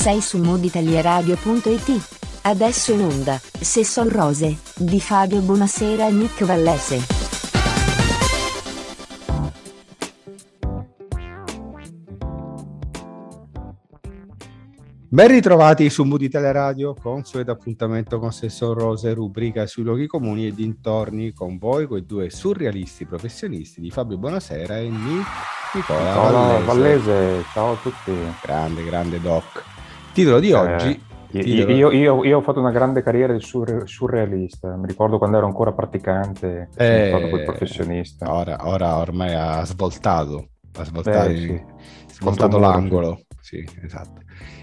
Sei su moditalieradio.it. Adesso in onda, Se son rose, di Fabio Bonasera e Nick Vallese. Ben ritrovati su Mood Italia Radio, consueto appuntamento con Se son rose, rubrica sui luoghi comuni e dintorni, con voi, quei due surrealisti professionisti di Fabio Bonasera e Nicola Vallese. Ciao a tutti. Grande doc. Titolo di oggi. Io ho fatto una grande carriera di surrealista, mi ricordo quando ero ancora praticante, sono stato poi professionista. Ora ormai ha svoltato Contro l'angolo. Sì, esatto.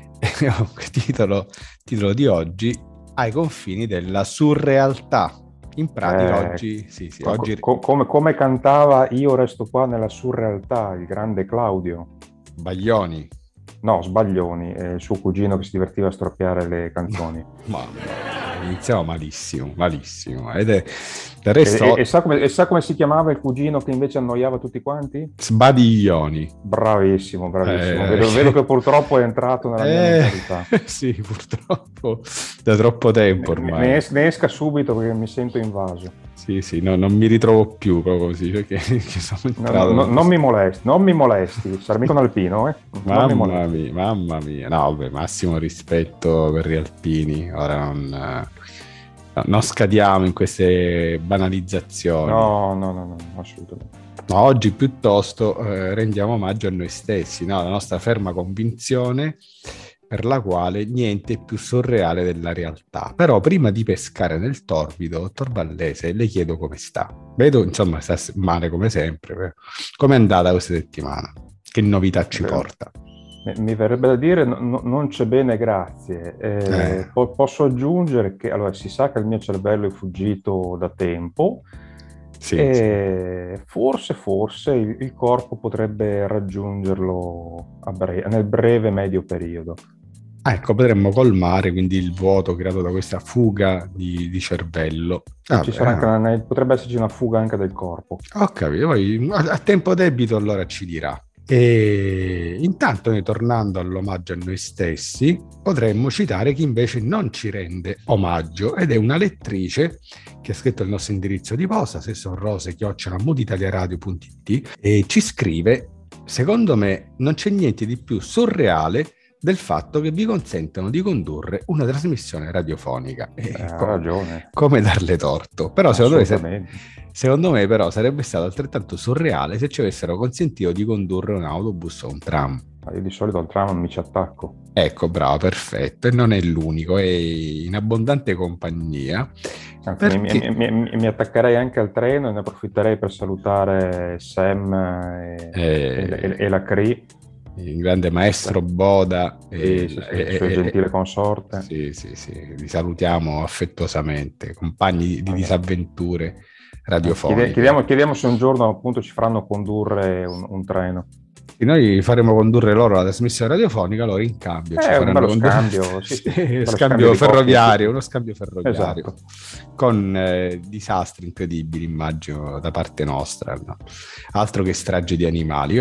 Titolo di oggi, ai confini della surrealtà. In pratica oggi come cantava Io resto qua nella surrealtà il grande Claudio Baglioni. No, Sbaglioni, il suo cugino che si divertiva a storpiare le canzoni. Iniziamo malissimo. Ed è del resto. E sa come si chiamava il cugino che invece annoiava tutti quanti? Sbadiglioni. Bravissimo. Vedo che purtroppo è entrato nella mia mentalità. Sì, purtroppo da troppo tempo ormai. Ne esca subito perché mi sento invaso. Sì, no, non mi ritrovo più proprio così, perché sono entrato. Non mi molesti, sarà mica un alpino, eh? Mamma mia. No, vabbè, massimo rispetto per gli alpini. Ora non scadiamo in queste banalizzazioni. No, assolutamente. No, oggi piuttosto rendiamo omaggio a noi stessi, no? La nostra ferma convinzione per la quale niente è più surreale della realtà. Però prima di pescare nel torbido, dottor Vallese, le chiedo come sta. Vedo, insomma, sta male come sempre. Come è andata questa settimana? Che novità ci porta? Mi verrebbe da dire non c'è bene, grazie. Posso aggiungere che allora si sa che il mio cervello è fuggito da tempo. Sì. Forse il corpo potrebbe raggiungerlo nel breve medio periodo. Ecco, potremmo colmare quindi il vuoto creato da questa fuga di cervello. Potrebbe esserci una fuga anche del corpo. Ho capito, poi a tempo debito allora ci dirà. E intanto noi, tornando all'omaggio a noi stessi, potremmo citare chi invece non ci rende omaggio, ed è una lettrice che ha scritto il nostro indirizzo di posta, sesonrose@moditaliaradio.it, e ci scrive: secondo me non c'è niente di più surreale del fatto che vi consentano di condurre una trasmissione radiofonica. Ha ragione. Come darle torto? Però secondo me però sarebbe stato altrettanto surreale se ci avessero consentito di condurre un autobus o un tram. Io di solito al tram non mi ci attacco. Ecco, bravo, perfetto. E non è l'unico, è in abbondante compagnia. Anzi, mi attaccherei anche al treno e ne approfitterei per salutare Sam e la CRI. Il grande maestro Boda e il suo gentile consorte. Sì, li salutiamo affettuosamente, compagni di disavventure radiofoniche. Chiediamo se un giorno appunto ci faranno condurre un treno. E noi faremo condurre loro la trasmissione radiofonica, loro in cambio ci faranno scambio ferroviario, uno scambio ferroviario, esatto. Con disastri incredibili, immagino, da parte nostra, no? Altro che strage di animali.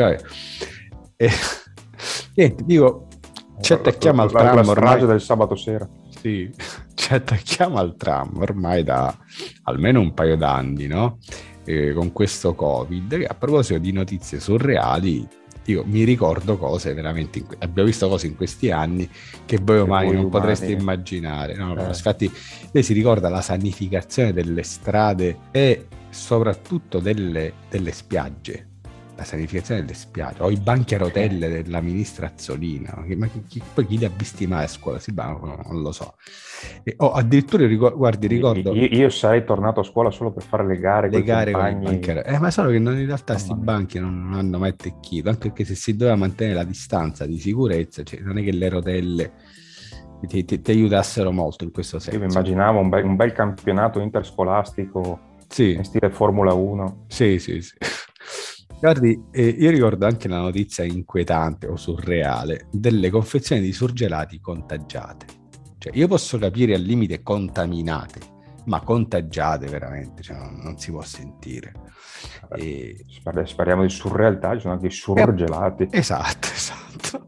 Niente, dico, ci attacchiamo al tram. La strage del sabato sera. Sì, ci attacchiamo al tram ormai da almeno un paio d'anni, no? Con questo Covid, che a proposito di notizie surreali, io mi ricordo cose veramente, abbiamo visto cose in questi anni che voi ormai non potreste immaginare. No, infatti lei si ricorda la sanificazione delle strade e soprattutto delle spiagge. La sanificazione delle spiagge o i banchi a rotelle della ministra Azzolina, poi chi li ha visti mai a scuola? Non lo so. Addirittura ricordo io sarei tornato a scuola solo per fare le gare con i banchi, ma solo che in realtà questi banchi non hanno mai attecchito, anche perché se si doveva mantenere la distanza di sicurezza, cioè non è che le rotelle ti aiutassero molto in questo senso. Io mi immaginavo un bel campionato interscolastico in stile Formula 1. Sì. Guardi, io ricordo anche la notizia inquietante o surreale delle confezioni di surgelati contagiate. Cioè, io posso capire al limite contaminate, ma contagiate veramente, cioè, non si può sentire. Spariamo di surrealtà, ci sono anche i surgelati. Esatto.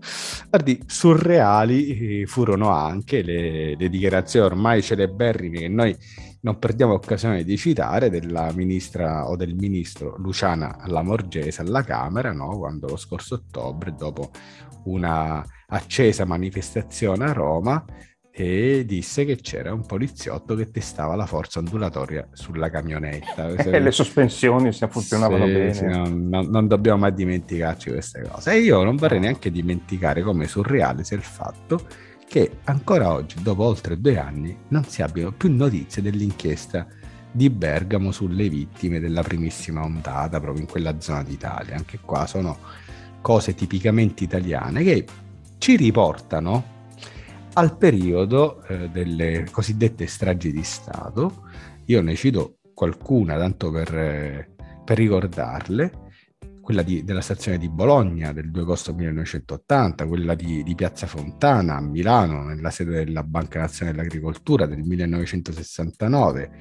Guardi, surreali furono anche le dichiarazioni ormai celeberrime che noi non perdiamo occasione di citare della ministra o del ministro Luciana Lamorgese alla Camera, no? Quando lo scorso ottobre, dopo una accesa manifestazione a Roma, e disse che c'era un poliziotto che testava la forza ondulatoria sulla camionetta. E le sospensioni se funzionavano bene. Sì, non dobbiamo mai dimenticarci queste cose. E io non vorrei neanche dimenticare come surreale sia il fatto che ancora oggi, dopo oltre 2 anni, non si abbiano più notizie dell'inchiesta di Bergamo sulle vittime della primissima ondata proprio in quella zona d'Italia. Anche qua sono cose tipicamente italiane che ci riportano al periodo delle cosiddette stragi di Stato. Io ne cito qualcuna tanto per ricordarle: quella della stazione di Bologna del 2 agosto 1980, quella di Piazza Fontana a Milano nella sede della Banca Nazionale dell'Agricoltura del 1969,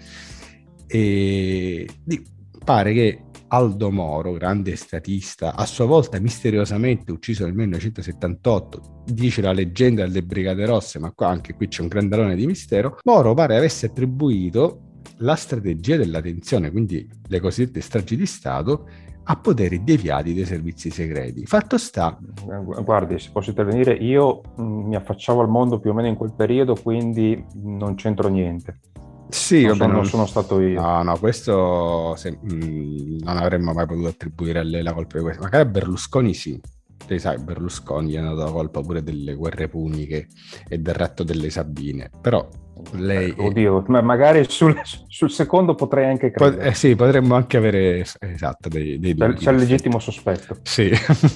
e pare che Aldo Moro, grande statista, a sua volta misteriosamente ucciso nel 1978, dice la leggenda delle Brigate Rosse, ma anche qui c'è un grandalone di mistero. Moro pare avesse attribuito la strategia della tensione, quindi le cosiddette stragi di Stato, a poteri deviati dei servizi segreti. Fatto sta... Guardi, se posso intervenire, io mi affacciavo al mondo più o meno in quel periodo, quindi non c'entro niente. Sì, non sono stato io. No, questo non avremmo mai potuto attribuire a lei la colpa di questo. Magari a Berlusconi sì. Lei sai, Berlusconi gli hanno dato la colpa pure delle guerre puniche e del ratto delle Sabine. Però lei... Oddio, magari sul secondo potrei anche credere. Sì, potremmo anche avere, esatto, dei dubbi. C'è il legittimo sospetto. Sì.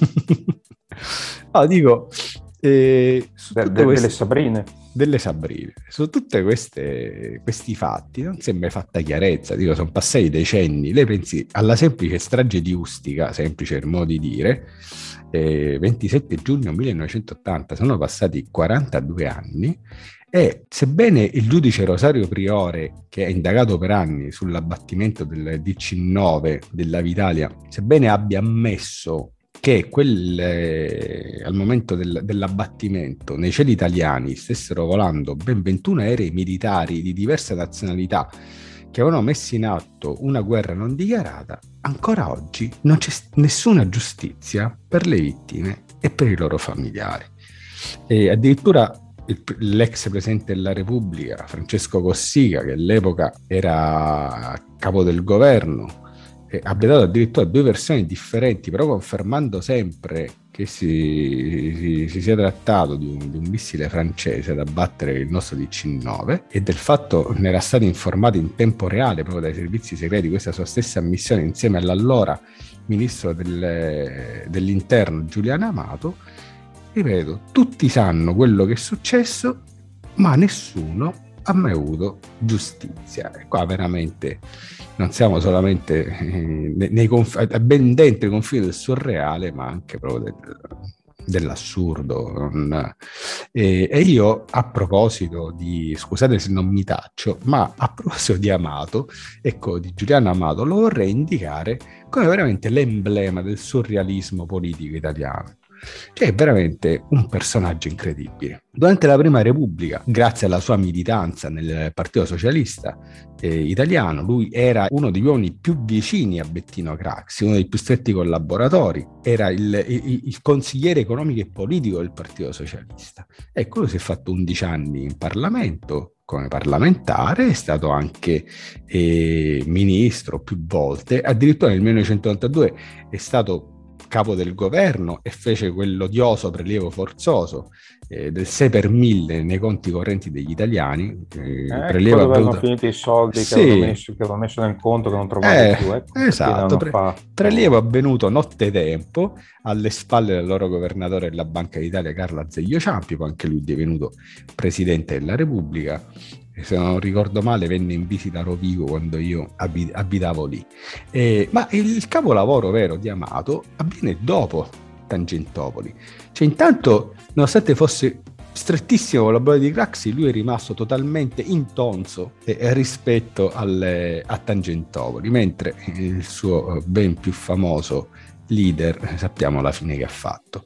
No, dico... delle Sabrine. Delle Sabrine. Su tutti questi fatti non si è mai fatta chiarezza. Dico, sono passati decenni. Lei pensi alla semplice strage di Ustica, semplice il modo di dire, 27 giugno 1980, sono passati 42 anni, e sebbene il giudice Rosario Priore, che è indagato per anni sull'abbattimento del DC-9 della Vitalia, sebbene abbia ammesso che al momento dell'abbattimento nei cieli italiani stessero volando ben 21 aerei militari di diverse nazionalità che avevano messo in atto una guerra non dichiarata, ancora oggi non c'è nessuna giustizia per le vittime e per i loro familiari. E addirittura l'ex presidente della Repubblica, Francesco Cossiga, che all'epoca era capo del governo, abbia dato addirittura 2 versioni differenti, però confermando sempre che si sia trattato di un missile francese ad abbattere il nostro DC-9, e del fatto ne era stato informato in tempo reale proprio dai servizi segreti, questa sua stessa ammissione, insieme all'allora ministro dell'interno Giuliano Amato. Ripeto, tutti sanno quello che è successo, ma nessuno ha mai avuto giustizia. E qua veramente non siamo solamente ben dentro i confini del surreale, ma anche proprio dell'assurdo. E io, a proposito di, scusate se non mi taccio, ma a proposito di Amato, ecco, di Giuliano Amato, lo vorrei indicare come veramente l'emblema del surrealismo politico italiano. Cioè, è veramente un personaggio incredibile. Durante la Prima Repubblica, grazie alla sua militanza nel Partito Socialista Italiano, lui era uno degli uomini più vicini a Bettino Craxi, uno dei più stretti collaboratori, era il consigliere economico e politico del Partito Socialista. Ecco, lui si è fatto 11 anni in Parlamento come parlamentare, è stato anche ministro più volte, addirittura nel 1992 è stato capo del governo e fece quell'odioso prelievo forzoso del 6 per 1000 nei conti correnti degli italiani. Prelievo dove avevano finito i soldi che avevano messo nel conto, che non trovavano più. Esatto, prelievo avvenuto nottetempo alle spalle del loro governatore della Banca d'Italia Carlo Azeglio Ciampi, poi anche lui divenuto presidente della Repubblica. Se non ricordo male venne in visita a Rovigo quando io abitavo lì, ma il capolavoro vero di Amato avviene dopo Tangentopoli. Cioè, intanto, nonostante fosse strettissimo collaboratore di Craxi, lui è rimasto totalmente intonso rispetto a Tangentopoli, mentre il suo ben più famoso leader sappiamo la fine che ha fatto.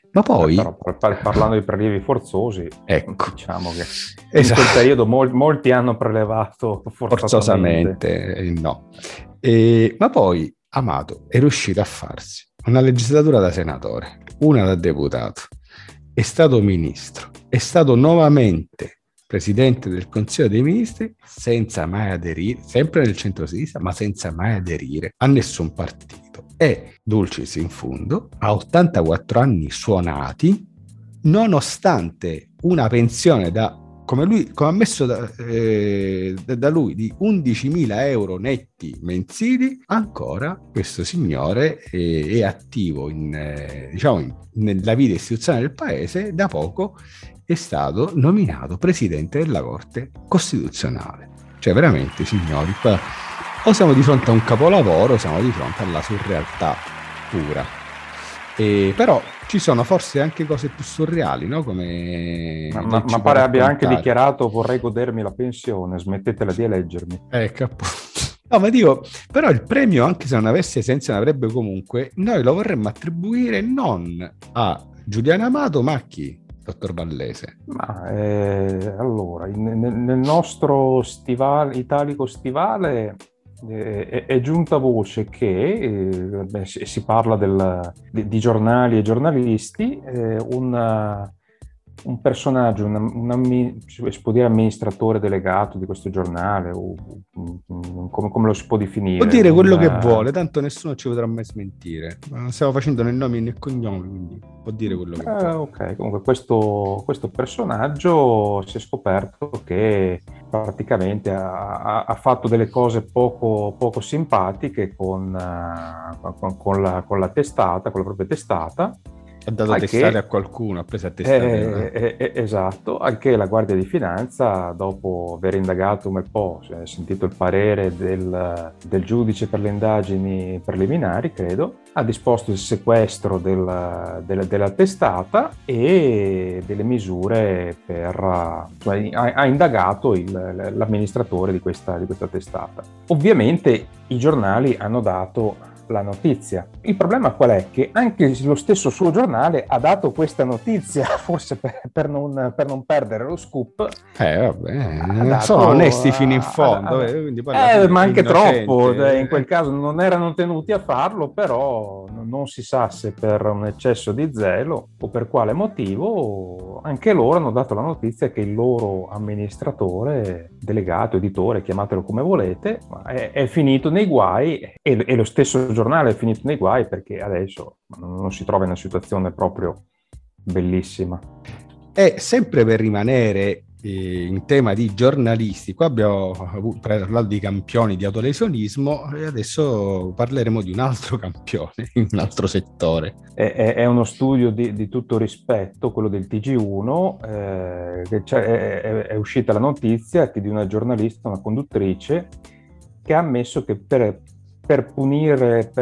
Ma poi... Però parlando di prelievi forzosi, ecco, diciamo che esatto. in quel periodo molti hanno prelevato forzosamente. No. Ma poi Amato è riuscito a farsi una legislatura da senatore, una da deputato, è stato ministro, è stato nuovamente presidente del Consiglio dei Ministri senza mai aderire, sempre nel centro-sinistra, ma senza mai aderire a nessun partito. E, dulcis in fundo, a 84 anni suonati, nonostante una pensione come ammesso da lui, di 11.000 euro netti mensili, ancora questo signore è attivo nella vita istituzionale del paese. Da poco è stato nominato presidente della Corte Costituzionale. Cioè veramente, signori, qua o siamo di fronte a un capolavoro o siamo di fronte alla surrealtà pura. Però ci sono forse anche cose più surreali, no? Ma pare abbia anche dichiarato: vorrei godermi la pensione, smettetela di eleggermi. Ecco, appunto. No, ma dico, però il premio, anche se non avesse senso, ne avrebbe comunque, noi lo vorremmo attribuire non a Giuliano Amato, ma a chi? Dottor Vallese. Ma allora, nel nostro italico stivale è giunta voce che si parla di giornali e giornalisti, un personaggio, si può dire amministratore delegato di questo giornale, o come lo si può definire? Può dire quello che vuole, tanto nessuno ci potrà mai smentire. Non stiamo facendo né nomi né cognomi, quindi può dire quello che vuole. Ok, comunque questo personaggio si è scoperto che praticamente ha fatto delle cose poco simpatiche con la testata, con la propria testata. Ha dato testate a qualcuno, ha preso a testate. Esatto, anche la Guardia di Finanza, dopo aver indagato un po', cioè, sentito il parere del giudice per le indagini preliminari, credo, ha disposto il sequestro della testata e delle misure ha indagato l'amministratore di questa testata. Ovviamente i giornali hanno dato la notizia. Il problema qual è? Che anche lo stesso suo giornale ha dato questa notizia, forse per non perdere lo scoop. Sono onesti fino in fondo. Quindi ma anche troppo, in quel caso non erano tenuti a farlo, però non si sa se per un eccesso di zelo o per quale motivo, anche loro hanno dato la notizia che il loro amministratore, delegato, editore, chiamatelo come volete, è finito nei guai, e lo stesso giornale è finito nei guai perché adesso non si trova in una situazione proprio bellissima. E sempre per rimanere in tema di giornalisti, qua abbiamo parlato di campioni di autolesionismo e adesso parleremo di un altro campione in un altro settore. È uno studio di tutto rispetto, quello del TG1, è uscita la notizia che di una giornalista, una conduttrice, che ha ammesso che per punire,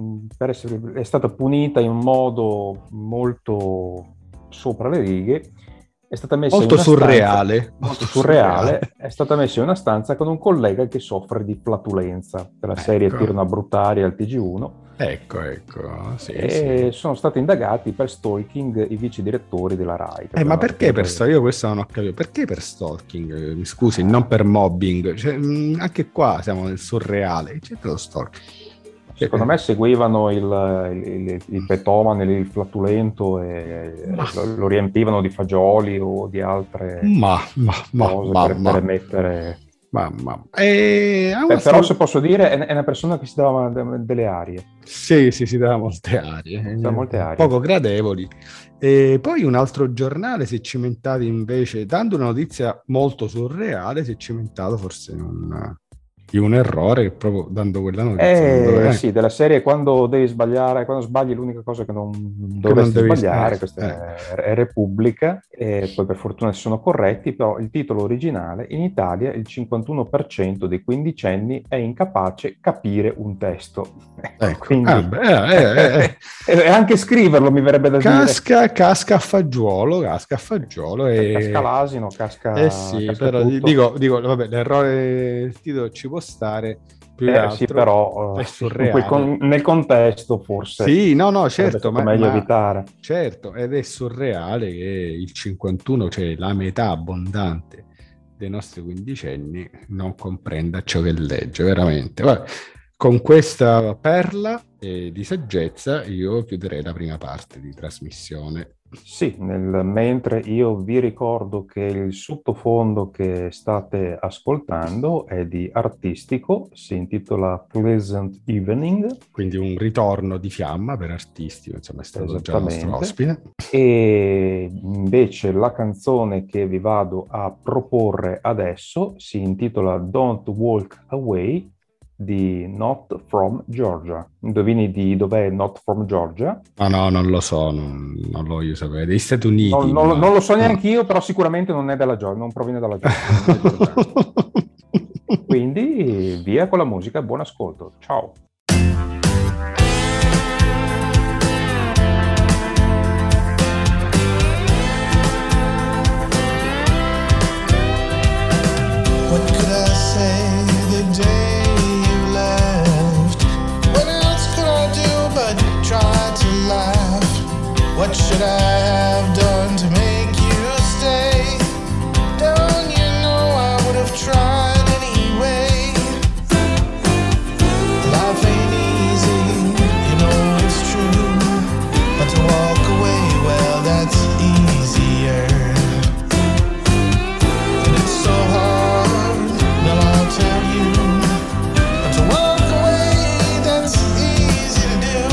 è stata punita in un modo molto sopra le righe, è stata messa molto in una surreale. Stanza, molto surreale, è stata messa in una stanza con un collega che soffre di flatulenza, della serie Tira una bruttaria al TG1. Ecco. Sì. Sono stati indagati per stalking i vice direttori della RAI. Ma perché per stalking? Io questo non ho capito. Perché per stalking? Mi scusi, non per mobbing. Cioè, anche qua siamo nel surreale. C'è lo stalking. Secondo me seguivano il petomane, il flatulento e lo riempivano di fagioli o di altre cose per emettere. Però se posso dire è una persona che si dava delle arie. Sì, si dava molte arie. Poco gradevoli. E poi un altro giornale si è cimentato invece, dando una notizia molto surreale, si è cimentato forse in un errore, proprio dando quella notizia. Sì, della serie quando devi sbagliare, quando sbagli l'unica cosa che non dovresti sbagliare, questa è Repubblica, e poi per fortuna si sono corretti, però il titolo originale: in Italia il 51% dei quindicenni è incapace capire un testo. Ecco. Quindi, e anche scriverlo mi verrebbe da dire. Casca a fagiolo. Casca l'asino, casca. Sì, casca però tutto. Dico, vabbè, l'errore del titolo ci può stare, più che altro sì, però è surreale. nel contesto forse Sì, no, sarebbe certo, stato meglio evitare. certo, ed è surreale che il 51, cioè la metà abbondante dei nostri quindicenni, non comprenda ciò che legge, veramente. Vabbè, con questa perla di saggezza io chiuderei la prima parte di trasmissione. Sì, mentre io vi ricordo che il sottofondo che state ascoltando è di Artistico, si intitola Pleasant Evening. Quindi un ritorno di fiamma per Artistico, insomma è stato già nostro Esattamente. ospite. E invece la canzone che vi vado a proporre adesso si intitola Don't Walk Away di Not From Georgia. Indovini di dov'è Not From Georgia? Ma no, non lo so, non lo voglio sapere. Degli Stati Uniti, Non lo so no. neanche io, però sicuramente non è della Georgia, non proviene dalla Georgia. Quindi via con la musica, buon ascolto. Ciao. What could I say the day you left? What else could I do but try to laugh? What should I have done to make you stay? Don't you know I would have tried anyway? Life ain't easy, you know it's true. But to walk away, well, that's easier. And it's so hard, now I'll tell you. But to walk away, that's easy to do.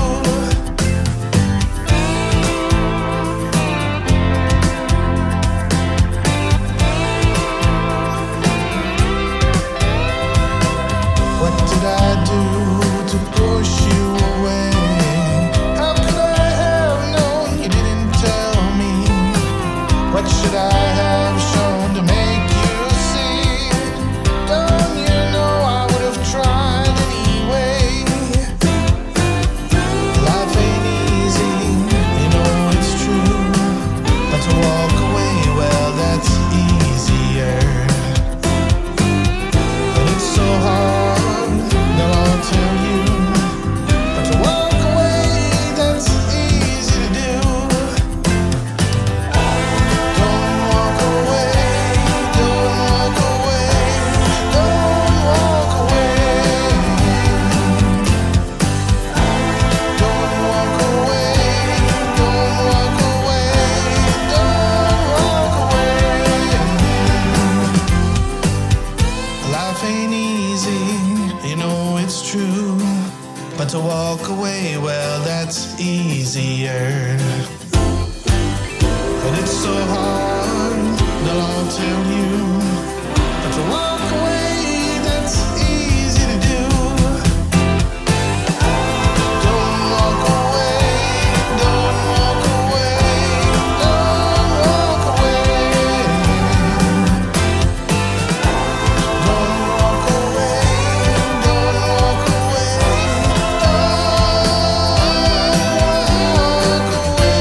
What did I do to push you away? How could I have known you didn't tell me? What should I have shown to make you see? Don't you know I would have tried anyway? Life ain't easy, you know it's true. But to walk away, well, that's easier. And it's so hard, now I'll tell you. But to walk away, that's easy to do. Don't walk away, don't walk away, don't walk away. Don't walk away, don't walk away, don't walk away. Life ain't easy, you know it's true. But to walk away, well, that's easier. And it's so hard, that I'll tell you. But to walk away, that's easy to do. Don't walk away, don't walk away, don't walk away. Don't walk away, don't walk away, don't walk away.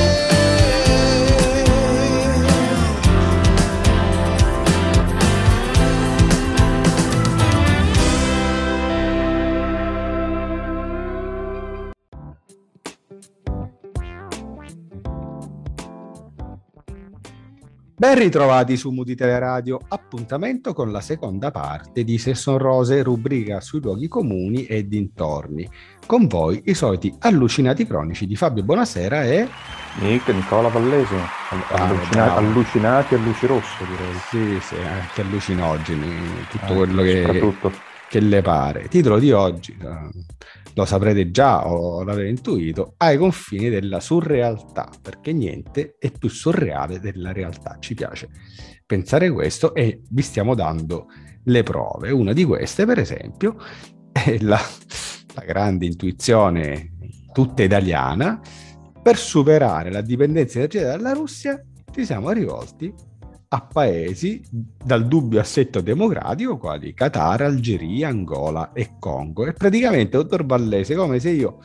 Ben ritrovati su Moody Teleradio, appuntamento con la seconda parte di Se son rose, rubrica sui luoghi comuni e dintorni. Con voi i soliti allucinati cronici di Fabio Bonasera e... Nicola Vallese, bravo. allucinati a luci rosse, direi. Sì, anche allucinogeni, tutto quello Soprattutto. che le pare. Titolo di oggi, lo saprete già o l'avrete intuito, ai confini della surrealtà, perché niente è più surreale della realtà. Ci piace pensare questo e vi stiamo dando le prove. Una di queste, per esempio, è la grande intuizione tutta italiana. Per superare la dipendenza energetica dalla Russia ci siamo rivolti a paesi dal dubbio assetto democratico quali Qatar, Algeria, Angola e Congo. E praticamente, dottor Vallese, come se io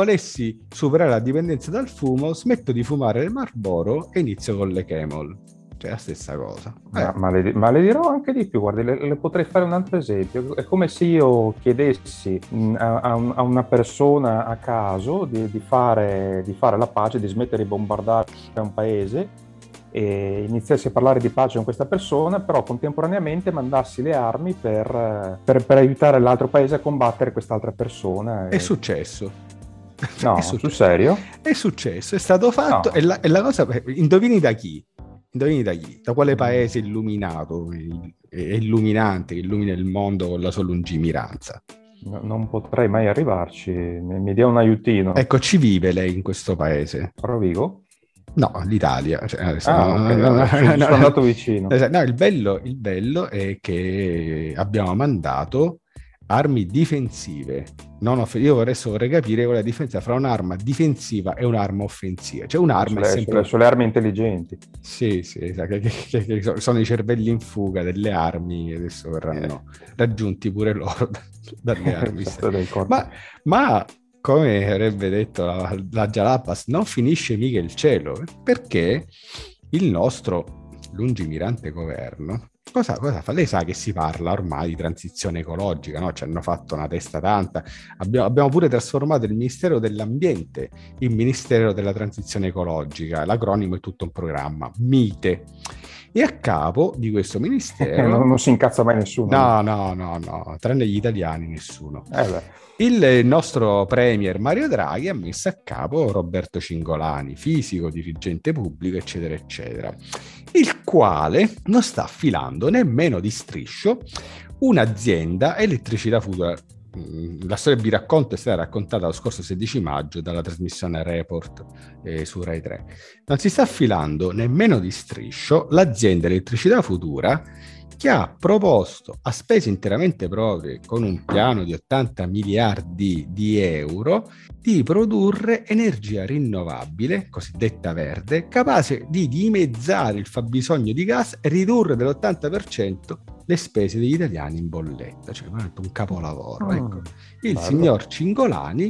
volessi superare la dipendenza dal fumo, smetto di fumare il Marlboro e inizio con le Camel. cioè la stessa cosa. Ma le dirò anche di più, guardi, le potrei fare un altro esempio. È come se io chiedessi a una persona a caso di fare la pace, di smettere di bombardare un paese e iniziassi a parlare di pace con questa persona, però contemporaneamente mandassi le armi per aiutare l'altro paese a combattere quest'altra persona. È successo. No, sul serio? È successo, è stato fatto. No. E la cosa, indovini da chi? Indovini da chi? Da quale paese illuminato e illuminante che illumina il mondo con la sua lungimiranza? No, non potrei mai arrivarci, mi dia un aiutino. Ecco, ci vive lei in questo paese? Rovigo? No, l'Italia. Cioè, Okay, sono andato vicino. No, il bello è che abbiamo mandato armi difensive. Io vorrei capire qual è la differenza fra un'arma difensiva e un'arma offensiva. Cioè un'arma è sempre... sulle armi intelligenti. Sì, esatto, che sono i cervelli in fuga delle armi, e adesso verranno raggiunti pure loro dalle armi. Ma come avrebbe detto la Jalapas, non finisce mica il cielo, perché il nostro lungimirante governo cosa fa? Lei sa che si parla ormai di transizione ecologica, no? Ci hanno fatto una testa tanta. Abbiamo pure trasformato il Ministero dell'Ambiente in Ministero della Transizione Ecologica. L'acronimo è tutto un programma, MITE. E a capo di questo ministero... non si incazza mai nessuno. No, tranne gli italiani nessuno. Il nostro premier Mario Draghi ha messo a capo Roberto Cingolani, fisico, dirigente pubblico, eccetera, eccetera, il quale non sta affilando nemmeno di striscio un'azienda elettricità futura. La storia vi racconto è stata raccontata lo scorso 16 maggio dalla trasmissione Report su Rai 3. Non si sta affilando nemmeno di striscio l'azienda elettricità futura, che ha proposto a spese interamente proprie, con un piano di 80 miliardi di euro, di produrre energia rinnovabile, cosiddetta verde, capace di dimezzare il fabbisogno di gas e ridurre dell'80% le spese degli italiani in bolletta. Cioè un capolavoro. Ecco. Il signor Cingolani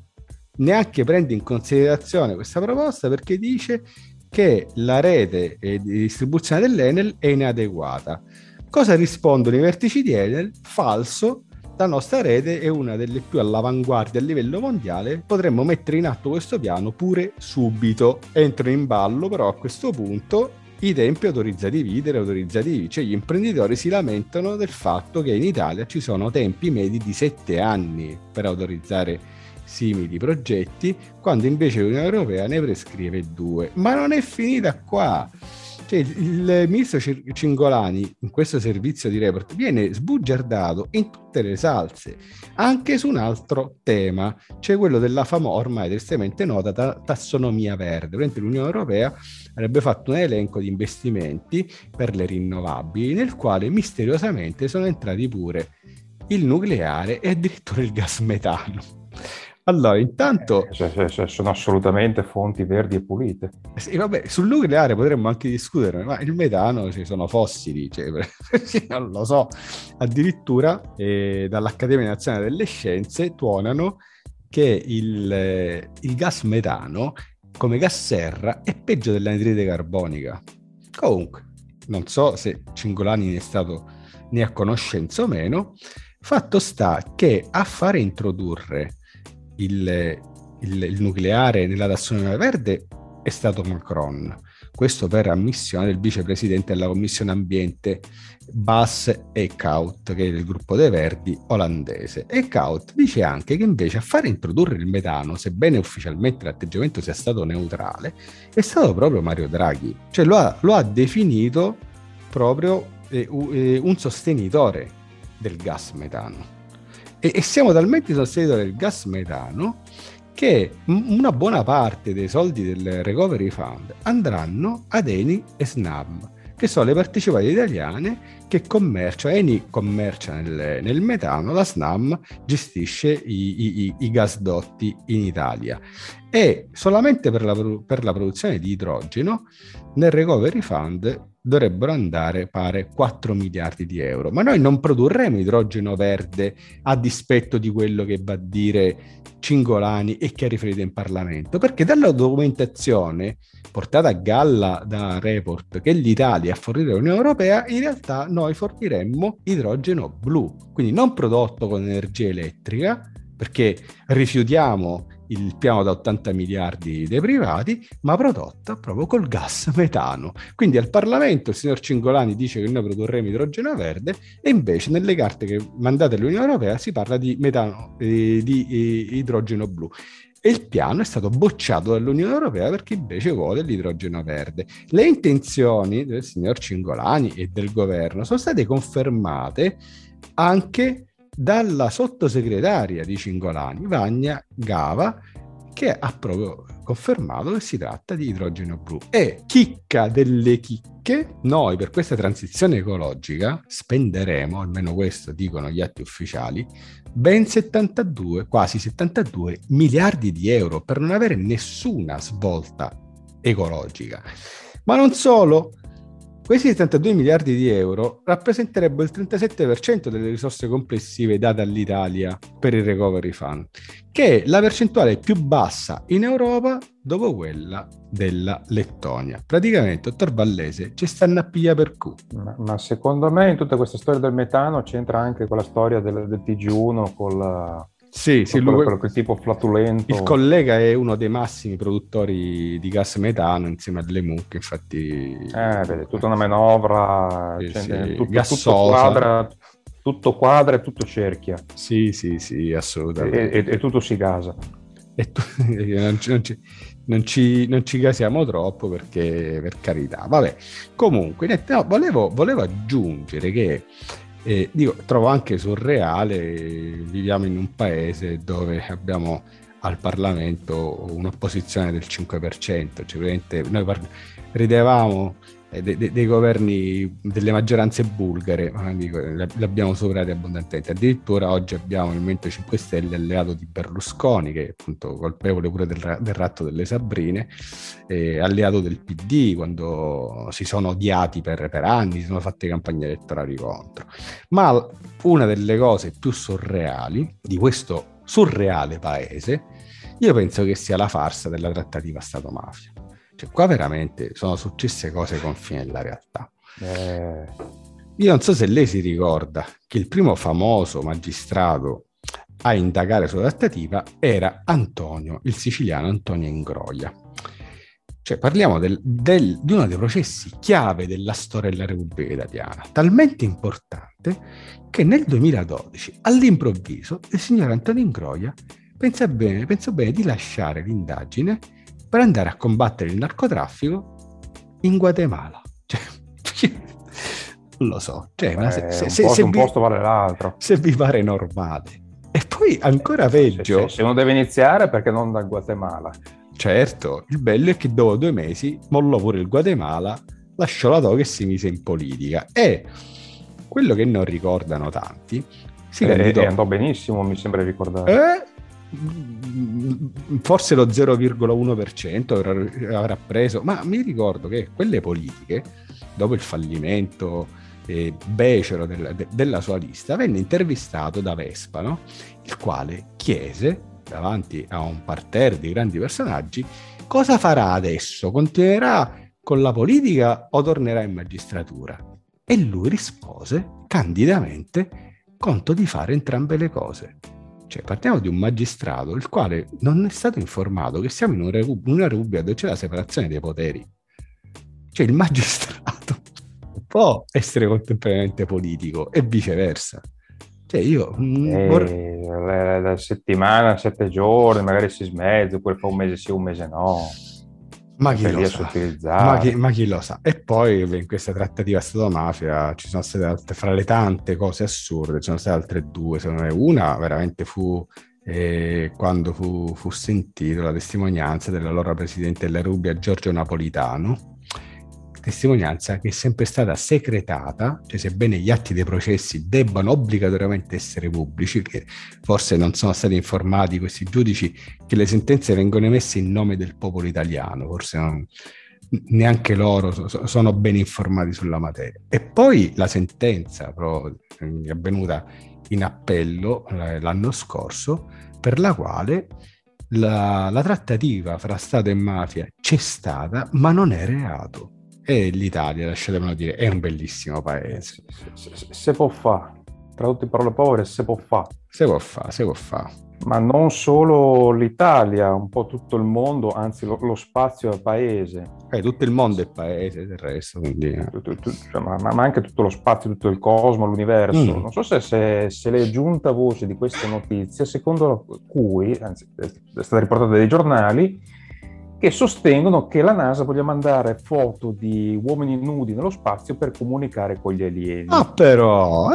neanche prende in considerazione questa proposta, perché dice che la rete di distribuzione dell'Enel è inadeguata. Cosa rispondono i vertici di Enel? Falso, la nostra rete è una delle più all'avanguardia a livello mondiale, potremmo mettere in atto questo piano pure subito. Entrano in ballo però a questo punto i tempi autorizzativi, cioè gli imprenditori si lamentano del fatto che in Italia ci sono tempi medi di 7 anni per autorizzare simili progetti, quando invece l'Unione Europea ne prescrive 2. Ma non è finita qua. Cioè, il ministro Cingolani in questo servizio di Report viene sbugiardato in tutte le salse, anche su un altro tema, cioè quello della ormai tristemente nota tassonomia verde. L'Unione Europea avrebbe fatto un elenco di investimenti per le rinnovabili, nel quale misteriosamente sono entrati pure il nucleare e addirittura il gas metano. Allora, intanto... sono assolutamente fonti verdi e pulite. Sì, vabbè, sul nucleare potremmo anche discutere, ma il metano ci sono fossili, cioè, non lo so. Addirittura dall'Accademia Nazionale delle Scienze tuonano che il gas metano, come gas serra, è peggio dell'anidride carbonica. Comunque, non so se Cingolani ne è a conoscenza o meno. Fatto sta che a fare introdurre il nucleare nella tassonomia verde è stato Macron, questo per ammissione del vicepresidente della Commissione Ambiente Bas Eickhout, che è del gruppo dei Verdi olandese. Eickhout dice anche che invece a fare introdurre il metano, sebbene ufficialmente l'atteggiamento sia stato neutrale, è stato proprio Mario Draghi, cioè lo ha definito proprio un sostenitore del gas metano. E siamo talmente sostenitori del gas metano che una buona parte dei soldi del Recovery Fund andranno ad Eni e Snam, che sono le partecipate italiane che commerciano. Eni commercia nel metano, la Snam gestisce i gasdotti in Italia. e solamente per la produzione di idrogeno nel Recovery Fund dovrebbero andare, pare, 4 miliardi di euro. Ma noi non produrremo idrogeno verde a dispetto di quello che va a dire Cingolani e che ha riferito in Parlamento, perché dalla documentazione portata a galla da Report che l'Italia ha fornito all'Unione Europea, in realtà noi forniremmo idrogeno blu, quindi non prodotto con energia elettrica, perché rifiutiamo il piano da 80 miliardi dei privati, ma prodotta proprio col gas metano. Quindi al Parlamento il signor Cingolani dice che noi produrremo idrogeno verde e invece nelle carte che mandate all'Unione Europea si parla di metano, di idrogeno blu. E il piano è stato bocciato dall'Unione Europea perché invece vuole l'idrogeno verde. Le intenzioni del signor Cingolani e del governo sono state confermate anche dalla sottosegretaria di Cingolani, Vania Gava, che ha proprio confermato che si tratta di idrogeno blu. E chicca delle chicche, noi per questa transizione ecologica spenderemo, almeno questo dicono gli atti ufficiali, ben 72, quasi 72 miliardi di euro per non avere nessuna svolta ecologica. Ma non solo. Questi 72 miliardi di euro rappresenterebbero il 37% delle risorse complessive date all'Italia per il Recovery Fund, che è la percentuale più bassa in Europa dopo quella della Lettonia. Praticamente, dottor Vallese, ci stanno a piglia per cu. Ma secondo me in tutta questa storia del metano c'entra anche quella storia del TG1 col... Sì, quello tipo flatulento. Il collega è uno dei massimi produttori di gas metano insieme alle mucche, infatti. Vede, tutta una manovra, sì. tutto quadra e tutto cerchia. Sì, assolutamente. E tutto si gasa. Non ci gasiamo troppo perché, per carità. Vabbè, comunque, volevo aggiungere che trovo anche surreale, viviamo in un paese dove abbiamo al Parlamento un'opposizione del 5%, cioè noi ridevamo dei governi, delle maggioranze bulgare, ma dico, le abbiamo superate abbondantemente. Addirittura oggi abbiamo il Movimento 5 Stelle alleato di Berlusconi, che è appunto colpevole pure del ratto delle Sabrine, alleato del PD quando si sono odiati per anni, si sono fatte campagne elettorali contro. Ma una delle cose più surreali di questo surreale paese, io penso che sia la farsa della trattativa Stato-mafia. Cioè, qua veramente sono successe cose confine della realtà. Io non so se lei si ricorda che il primo famoso magistrato a indagare sulla trattativa era Antonio, il siciliano Antonio Ingroia. Cioè, parliamo di uno dei processi chiave della storia della Repubblica Italiana, talmente importante che nel 2012, all'improvviso, il signor Antonio Ingroia pensò bene di lasciare l'indagine per andare a combattere il narcotraffico in Guatemala. Cioè, non lo so. Cioè, un posto vale l'altro. Se vi pare normale. E poi ancora peggio. Se uno deve iniziare, perché non dal Guatemala? Certo, il bello è che dopo 2 mesi mollò pure il Guatemala, lasciò la toga e si mise in politica. E quello che non ricordano tanti si candidò. E andò benissimo, mi sembra ricordare. Forse lo 0,1% avrà preso, ma mi ricordo che quelle politiche, dopo il fallimento becero della sua lista, venne intervistato da Vespa, no? Il quale chiese davanti a un parterre di grandi personaggi cosa farà adesso, continuerà con la politica o tornerà in magistratura? E lui rispose candidamente: conto di fare entrambe le cose. Cioè, parliamo di un magistrato il quale non è stato informato che siamo in una Repubblica dove c'è la separazione dei poteri. Cioè, il magistrato può essere contemporaneamente politico e viceversa. Cioè, io la settimana, 7 giorni, magari si smezza, poi fa un mese sì, un mese no. Ma chi lo sa? Ma chi lo sa? E poi in questa trattativa Stato-mafia ci sono state altre, fra le tante cose assurde, ci sono state altre 2, secondo me. Una veramente fu quando fu sentito la testimonianza dell'allora presidente della Repubblica Giorgio Napolitano, testimonianza che è sempre stata secretata, cioè sebbene gli atti dei processi debbano obbligatoriamente essere pubblici, che forse non sono stati informati questi giudici che le sentenze vengono emesse in nome del popolo italiano, forse neanche loro sono ben informati sulla materia. E poi la sentenza è avvenuta in appello l'anno scorso, per la quale la trattativa fra Stato e mafia c'è stata, ma non è reato. E l'Italia, lasciatemelo dire, è un bellissimo paese. Se può fare, tradotto in parole povere, se può fare. Se può fare. Ma non solo l'Italia, un po' tutto il mondo, anzi lo spazio è paese. Tutto il mondo è paese del resto, quindi... ma anche tutto lo spazio, tutto il cosmo, l'universo. Non so se le è giunta voce di questa notizia, secondo cui, anzi è stata riportata dai giornali, che sostengono che la NASA voglia mandare foto di uomini nudi nello spazio per comunicare con gli alieni. Ah, però,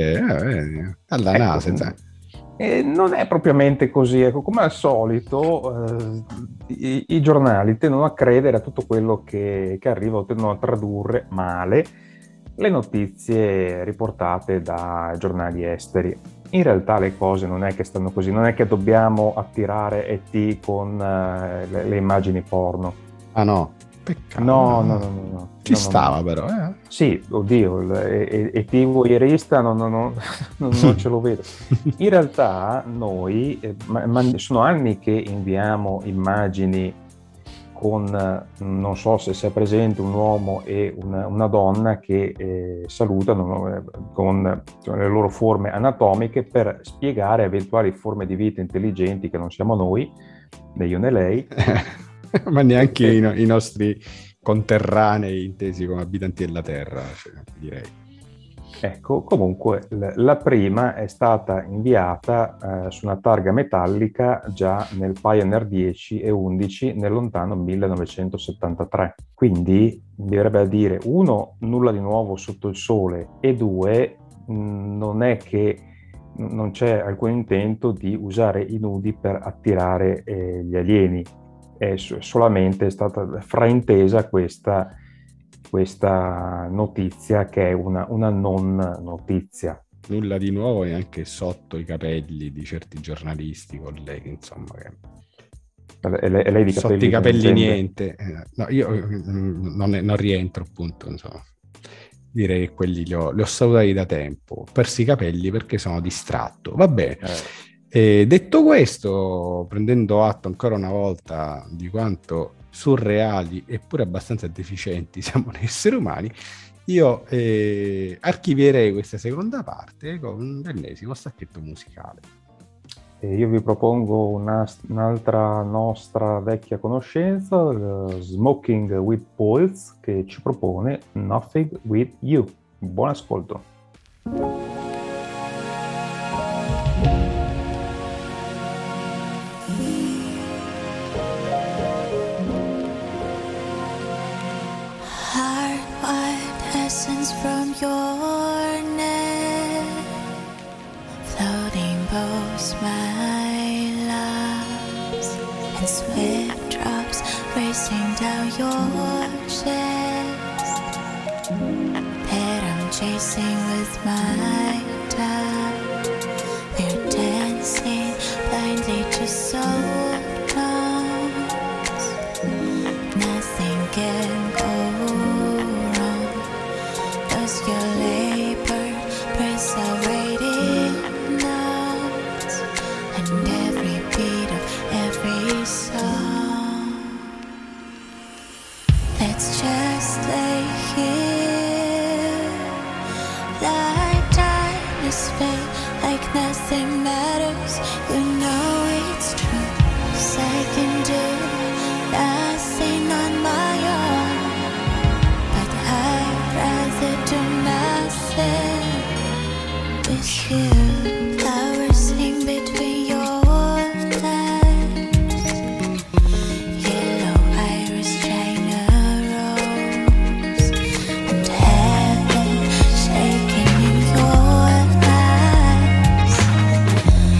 alla NASA, non è propriamente così, ecco, come al solito i giornali tendono a credere a tutto quello che arriva, o tendono a tradurre male le notizie riportate da giornali esteri. In realtà le cose non è che stanno così, non è che dobbiamo attirare ET con le immagini porno. Ah no? Peccato. No. Ci stava però. Sì, oddio, ET voyeurista non ce lo vedo. In realtà noi, sono anni che inviamo immagini con, non so se sia presente, un uomo e una donna che salutano con le loro forme anatomiche per spiegare eventuali forme di vita intelligenti che non siamo noi, né io né lei. Ma neanche i nostri conterranei intesi come abitanti della Terra, direi. Ecco, comunque la prima è stata inviata su una targa metallica già nel Pioneer 10 e 11 nel lontano 1973. Quindi mi verrebbe a dire, uno, nulla di nuovo sotto il sole, e due, non è che non c'è alcun intento di usare i nudi per attirare gli alieni. È solamente stata fraintesa questa notizia, che è una non notizia. Nulla di nuovo neanche sotto i capelli di certi giornalisti, colleghi, insomma. Lei di sotto i capelli niente. No, io non rientro, appunto, insomma. Direi che quelli li ho salutati da tempo. Ho perso i capelli perché sono distratto. Va bene. Detto questo, prendendo atto ancora una volta di quanto surreali eppure abbastanza deficienti siamo noi esseri umani, io archivierei questa seconda parte con un ennesimo stacchetto musicale. Io vi propongo un'altra nostra vecchia conoscenza, Smoking with Poets, che ci propone Nothing with You. Buon ascolto. From your neck, floating both my loves, and sweat drops racing down your chest, that I'm chasing with my time. We're dancing blindly to soul tones. Nothing can go wrong. Your labor praise our radiant notes, and every beat of every song. Let's just lay here, like time is fake, like nothing matters. You know it's true, 'cause I can do nothing on my own, but I'd rather do nothing with you. Flowers sing between your legs, yellow iris, China rose, and heaven shaking in your eyes.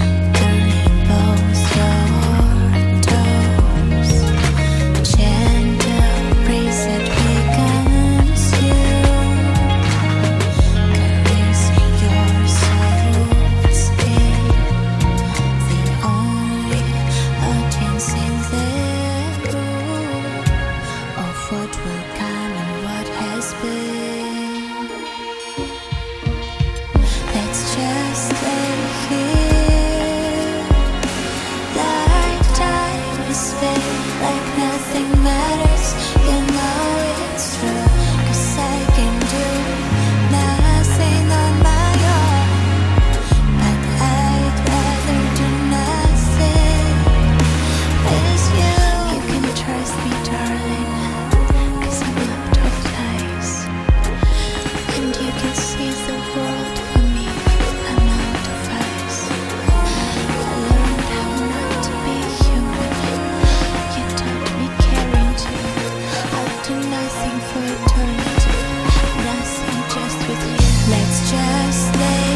for eternity. Nothing just with you. Let's just lay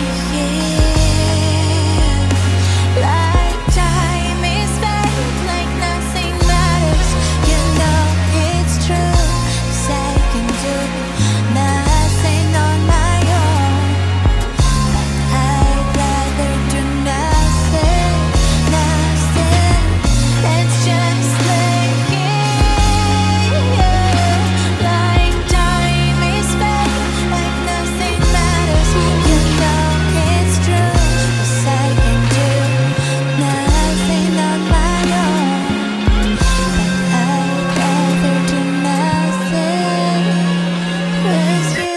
here. Like time is fake, like nothing matters. You know it's true. 'Cause I can do nothing on my own. I'd rather do nothing, nothing. Let's just lay here. Like time is fake, like nothing matters. You know it's true. 'Cause I can do nothing on my own. I'd rather do nothing with you.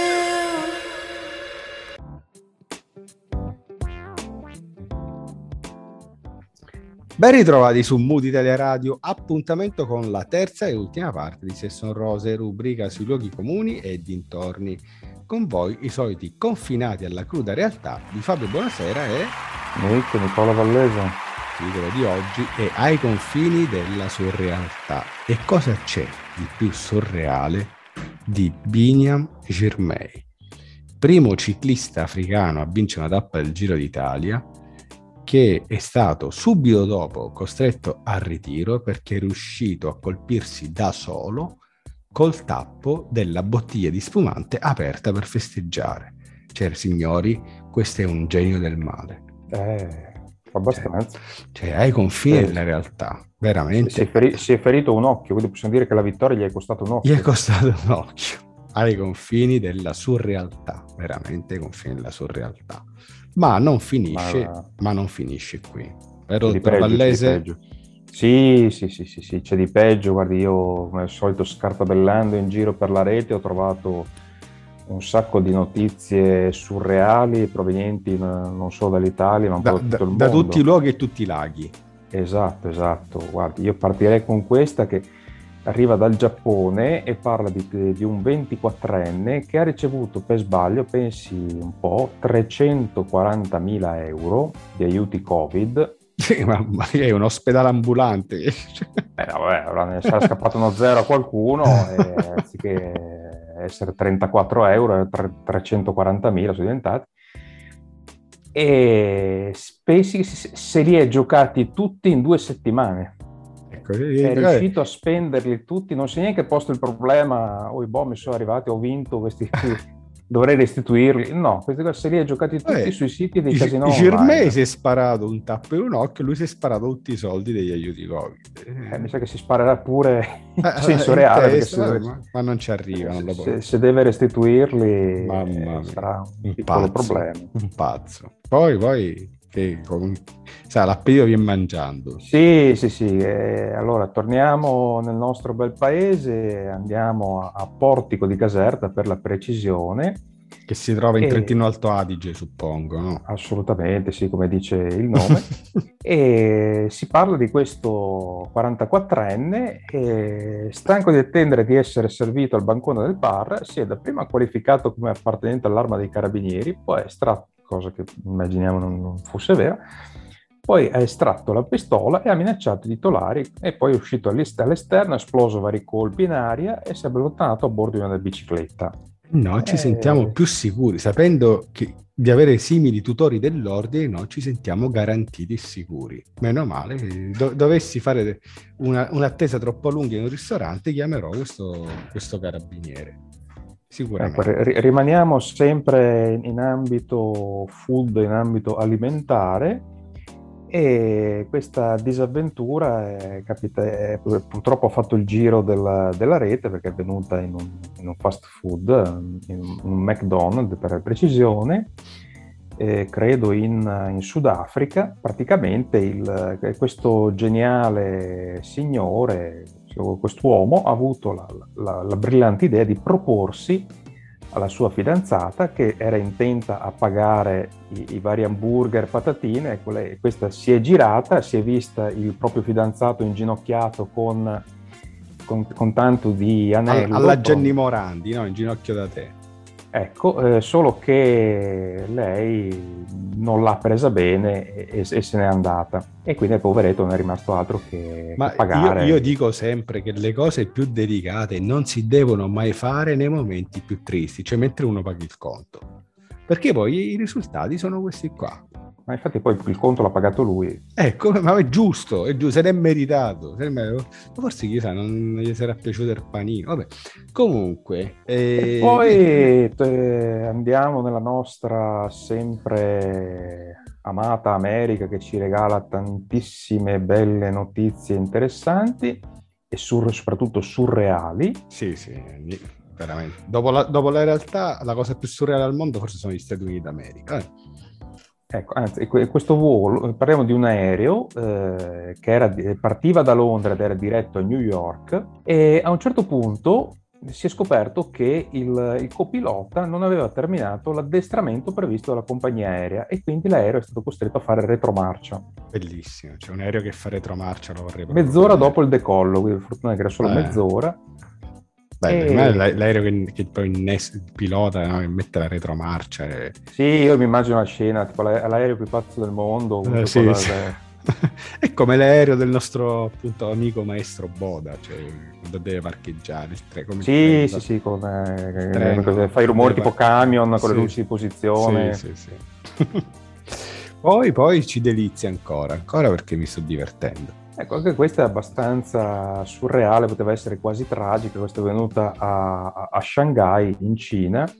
Ben ritrovati su Mood Italia Radio, appuntamento con la terza e ultima parte di Se son rose, rubrica sui luoghi comuni e dintorni. Con voi i soliti confinati alla cruda realtà di Fabio Buonasera e Nicola Vallese. il titolo di oggi è Ai confini della surrealtà. E cosa c'è di più surreale di Binyam Girmay, primo ciclista africano a vincere una tappa del Giro d'Italia, che è stato subito dopo costretto al ritiro perché è riuscito a colpirsi da solo col tappo della bottiglia di spumante aperta per festeggiare. Cioè, signori, questo è un genio del male. Abbastanza. Cioè, ai confini della realtà, veramente. Si è ferito un occhio, quindi possiamo dire che la vittoria gli è costato un occhio. Gli è costato un occhio. Ai confini della surrealtà, veramente ai confini della surrealtà. Ma non finisce, ma non finisce qui. Vero, C'è di dottor peggio, Vallese? c'è di peggio. Sì, c'è di peggio. Guardi, io come al solito scartabellando in giro per la rete ho trovato un sacco di notizie surreali provenienti non solo dall'Italia ma un po' da tutto il mondo. Da tutti i luoghi e tutti i laghi. Esatto. Guardi, io partirei con questa che arriva dal Giappone e parla di un 24enne che ha ricevuto per sbaglio, pensi un po', 340.000 euro di aiuti Covid. Sì, ma è un ospedale ambulante. Ne sarà scappato uno zero a qualcuno e anziché essere 34 euro, 340.000 sono diventati. E pensi se li è giocati tutti in 2 settimane. È riuscito a spenderli tutti, non si è neanche posto il problema, mi sono arrivati, ho vinto questi, dovrei restituirli. No, queste cose se li ha giocati tutti sui siti dei casino online. Girmay si è sparato un tappo in un occhio, lui si è sparato tutti i soldi degli aiuti Covid. Mi sa che si sparerà pure in senso reale, testa, ma non ci arriva. Se deve restituirli, sarà un piccolo problema. Un pazzo. Poi che l'appetito viene mangiando. Sì. Allora torniamo nel nostro bel paese, andiamo a Portico di Caserta per la precisione. Che si trova in Trentino Alto Adige, suppongo, no? Assolutamente, sì, come dice il nome. E si parla di questo 44enne, stanco di attendere di essere servito al bancone del bar, si è dapprima qualificato come appartenente all'Arma dei Carabinieri, poi ha estratto, cosa che immaginiamo non fosse vera, poi ha estratto la pistola e ha minacciato i titolari e poi è uscito all'esterno, ha esploso vari colpi in aria e si è allontanato a bordo di una bicicletta. No, ci sentiamo più sicuri, sapendo di avere simili tutori dell'ordine, no, ci sentiamo garantiti e sicuri. Meno male, dovessi fare un'attesa troppo lunga in un ristorante, chiamerò questo carabiniere. Sicuramente. Rimaniamo sempre in ambito food, in ambito alimentare, e questa disavventura purtroppo ha fatto il giro della rete perché è avvenuta in un fast food, in un McDonald's per precisione, credo in Sudafrica. Praticamente questo geniale signore, quest'uomo, ha avuto la brillante idea di proporsi alla sua fidanzata, che era intenta a pagare i vari hamburger, patatine, e questa si è girata, si è vista il proprio fidanzato inginocchiato con tanto di anello. Alla Gianni Morandi, no? In ginocchio da te. Ecco, solo che lei non l'ha presa bene e se n'è andata. E quindi il poveretto non è rimasto altro che Ma pagare. io dico sempre che le cose più delicate non si devono mai fare nei momenti più tristi, cioè mentre uno paga il conto. Perché poi i risultati sono questi qua. Ma infatti poi il conto l'ha pagato lui. Ecco, ma è giusto, se l'è meritato. Forse chissà, non gli sarà piaciuto il panino. Vabbè, comunque. E poi andiamo nella nostra sempre amata America, che ci regala tantissime belle notizie interessanti e soprattutto surreali. Sì, veramente. Dopo la realtà, la cosa più surreale al mondo forse sono gli Stati Uniti d'America. Ecco, anzi, questo volo, parliamo di un aereo che partiva da Londra ed era diretto a New York, e a un certo punto si è scoperto che il copilota non aveva terminato l'addestramento previsto dalla compagnia aerea e quindi l'aereo è stato costretto a fare retromarcia. Bellissimo, c'è un aereo che fa retromarcia, lo vorrei proprio Mezz'ora vedere. dopo il decollo, quindi fortuna che era solo mezz'ora. Beh, l'aereo che poi il pilota, no, che mette la retromarcia. Sì, io mi immagino la scena, tipo l'aereo più pazzo del mondo. Sì. È come l'aereo del nostro appunto amico maestro Boda, cioè quando deve parcheggiare il treno. Sì, fai i rumori tipo camion con le luci di posizione. Sì. Poi ci delizia ancora perché mi sto divertendo. Ecco, anche questa è abbastanza surreale, poteva essere quasi tragica. Questa è venuta a Shanghai, in Cina,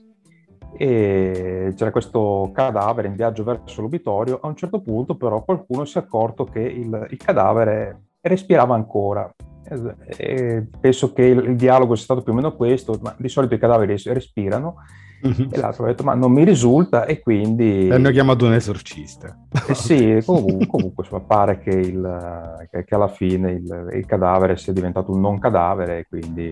e c'era questo cadavere in viaggio verso l'obitorio. A un certo punto però qualcuno si è accorto che il cadavere respirava ancora. E penso che il dialogo sia stato più o meno questo: ma di solito i cadaveri respirano. E l'altro ha detto ma non mi risulta, e quindi hanno chiamato un esorcista. Sì, comunque insomma, pare che alla fine il cadavere sia diventato un non cadavere, quindi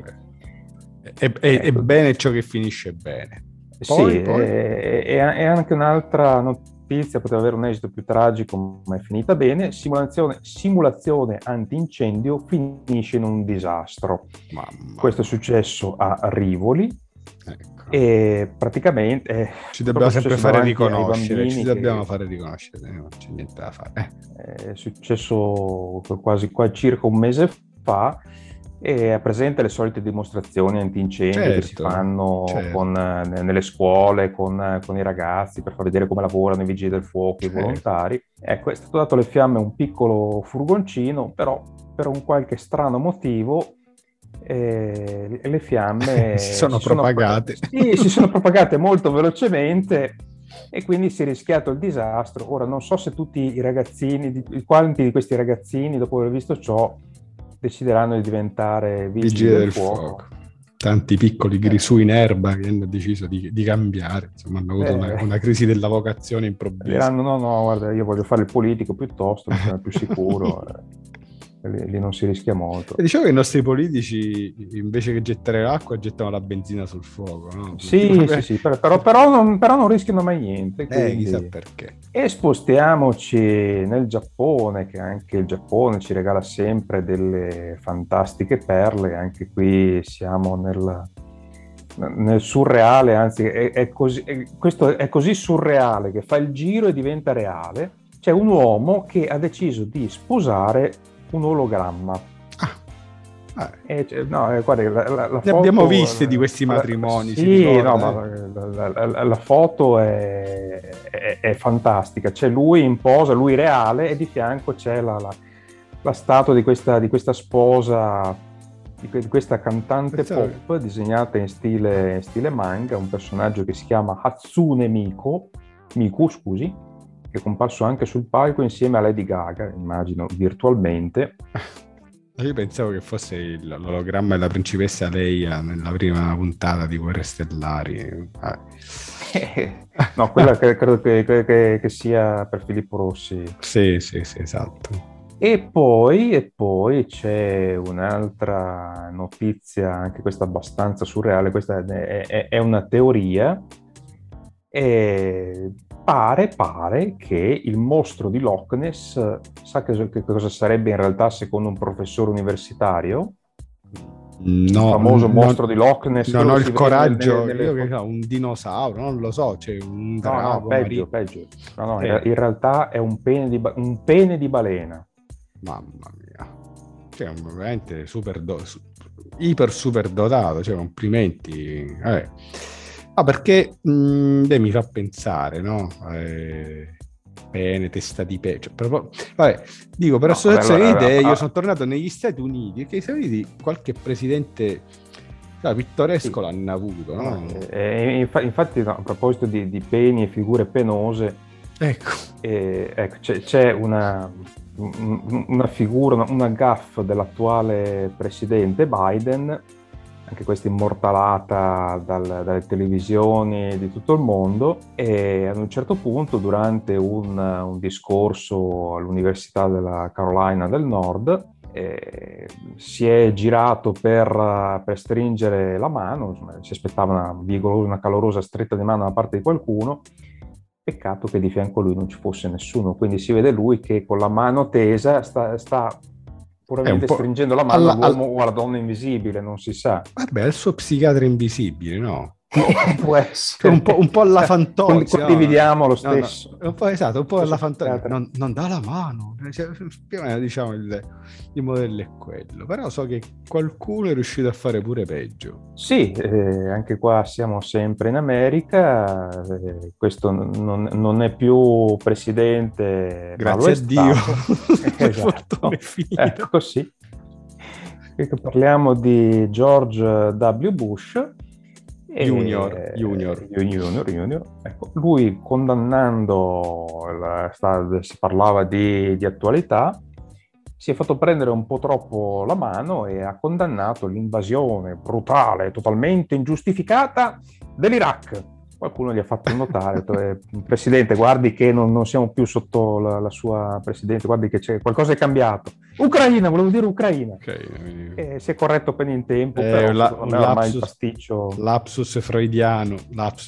è bene ciò che finisce bene. Poi. E anche un'altra notizia poteva avere un esito più tragico, ma è finita bene. Simulazione antincendio finisce in un disastro. Mamma. Questo è successo a Rivoli. Ecco. E praticamente ci dobbiamo sempre fare riconoscere, non c'è niente da fare. È successo circa un mese fa, e è presente le solite dimostrazioni antincendio che si fanno nelle scuole con i ragazzi per far vedere come lavorano i vigili del fuoco, i volontari. Ecco, è stato dato alle fiamme un piccolo furgoncino, però per un qualche strano motivo le fiamme si sono propagate. Si sono propagate molto velocemente, e quindi si è rischiato il disastro. Ora non so se tutti i ragazzini, quanti di questi ragazzini, dopo aver visto ciò, decideranno di diventare vigili del fuoco. Tanti piccoli grisù in erba che hanno deciso di cambiare, insomma hanno avuto una crisi della vocazione improvvisa. Diranno no, guarda, io voglio fare il politico piuttosto, mi sembra più sicuro. Lì non si rischia molto. Diciamo che i nostri politici, invece che gettare l'acqua, gettano la benzina sul fuoco, no? Sì, però non rischiano mai niente. Quindi. Chissà perché. E spostiamoci nel Giappone, che anche il Giappone ci regala sempre delle fantastiche perle. Anche qui siamo nel surreale, anzi questo è così surreale che fa il giro e diventa reale. C'è un uomo che ha deciso di sposare un ologramma. Guarda, la ne foto, abbiamo viste di questi matrimoni. Sì, ma la foto è fantastica. C'è lui in posa, lui reale, e di fianco c'è la statua di questa sposa, di questa cantante pop disegnata in stile manga, un personaggio che si chiama Hatsune Miku, che è comparso anche sul palco insieme a Lady Gaga, immagino virtualmente. Io pensavo che fosse l'ologramma della principessa Leia nella prima puntata di Guerre Stellari. No, quella credo che sia per Filippo Rossi. Sì, esatto. E poi c'è un'altra notizia, anche questa abbastanza surreale. Questa è una teoria. E pare che il mostro di Loch Ness, sa che cosa sarebbe in realtà secondo un professore universitario? No, famoso mostro di Loch Ness. non quello ho che il si vede coraggio, nelle io che foto. so, un dinosauro, non lo so, c'è un No, drago peggio, marino. peggio. No, Eh. in realtà è un pene di balena. Mamma mia, cioè veramente iper super dotato, cioè complimenti. Perché mi fa pensare, no? Pene, testa di pene, cioè, vabbè, dico, per No, associazione di idee, io ah, sono tornato negli Stati Uniti, perché negli Stati Uniti qualche presidente pittoresco sì. l'hanno avuto, no? Infatti, no, a proposito di peni e figure penose, Ecco. ecco, c'è una figura, una gaffe dell'attuale presidente Biden, anche questa immortalata dalle televisioni di tutto il mondo, e ad un certo punto, durante un discorso all'Università della Carolina del Nord, si è girato per stringere la mano, insomma, si aspettava una calorosa stretta di mano da parte di qualcuno. Peccato che di fianco a lui non ci fosse nessuno, quindi si vede lui che con la mano tesa sta puramente stringendo la mano all'uomo o alla donna invisibile, non si sa. Vabbè, è il suo psichiatra invisibile, no? Può essere. Un po' alla Fantozzi. Condividiamo lo stesso. No, un po', esatto, un po' alla Fantozzi. Non dà la mano. Più o meno, diciamo, il modello è quello. Però so che qualcuno è riuscito a fare pure peggio. Sì, anche qua siamo sempre in America. Questo non è più presidente. Grazie a Dio. Per Esatto. fortuna è finita. Ecco, sì. Parliamo di George W. Bush. Junior. Ecco, lui condannando, si parlava di attualità, si è fatto prendere un po' troppo la mano e ha condannato l'invasione brutale, totalmente ingiustificata dell'Iraq. Qualcuno gli ha fatto notare, Presidente, guardi che non siamo più sotto la sua presidenza, guardi che qualcosa è cambiato. Ucraina, volevo dire Ucraina. Okay. Si è corretto per in tempo, però ormai il pasticcio... Lapsus freudiano.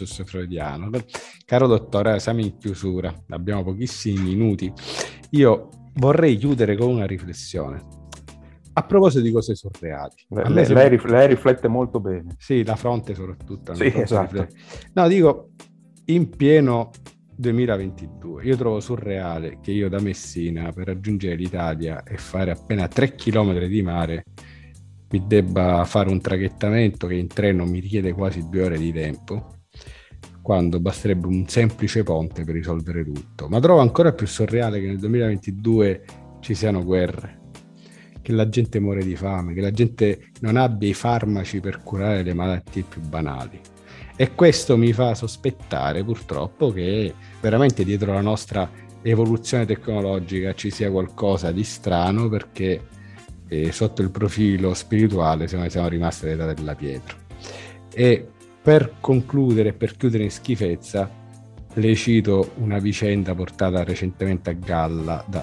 Caro dottore, siamo in chiusura, abbiamo pochissimi minuti. Io vorrei chiudere con una riflessione. A proposito di cose surreali. Lei riflette molto bene. Sì, la fronte soprattutto. Sì, esatto. No, dico, in pieno 2022, io trovo surreale che io da Messina, per raggiungere l'Italia e fare appena 3 chilometri di mare, mi debba fare un traghettamento che in treno mi richiede quasi 2 ore di tempo, quando basterebbe un semplice ponte per risolvere tutto. Ma trovo ancora più surreale che nel 2022 ci siano guerre, che la gente muore di fame, che la gente non abbia i farmaci per curare le malattie più banali. E questo mi fa sospettare purtroppo che veramente dietro la nostra evoluzione tecnologica ci sia qualcosa di strano, perché sotto il profilo spirituale siamo rimasti all'età della pietra. E per concludere, per chiudere in schifezza, le cito una vicenda portata recentemente a galla da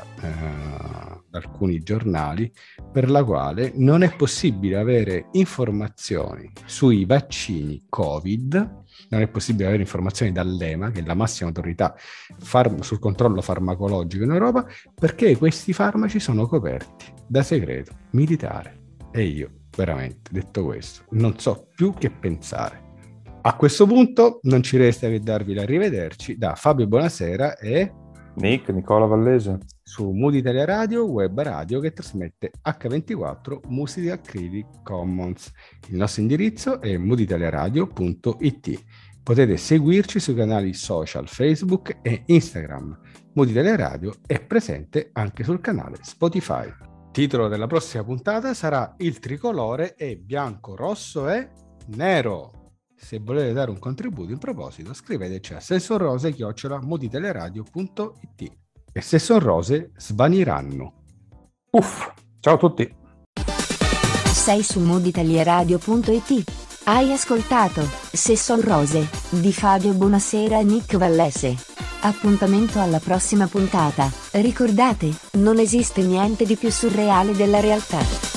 alcuni giornali, per la quale non è possibile avere informazioni sui vaccini Covid, non è possibile avere informazioni dall'EMA, che è la massima autorità sul controllo farmacologico in Europa, perché questi farmaci sono coperti da segreto militare. E io, veramente, detto questo, non so più che pensare. A questo punto non ci resta che darvi l'arrivederci da Fabio Bonasera e Nicola Vallese su Mood Italia Radio, web radio che trasmette H24 Musica Creative Commons. Il nostro indirizzo è mooditaliaradio.it. Potete seguirci sui canali social Facebook e Instagram. Mood Italia Radio è presente anche sul canale Spotify. Titolo della prossima puntata sarà Il tricolore è bianco, rosso e nero. Se volete dare un contributo in proposito, scriveteci a sesonrose@mooditaliaradio.it. E se son rose, svaniranno. Uff, ciao a tutti. Sei su mooditaliaradio.it. Hai ascoltato Se son rose di Fabio Bonasera e Nick Vallese. Appuntamento alla prossima puntata. Ricordate, non esiste niente di più surreale della realtà.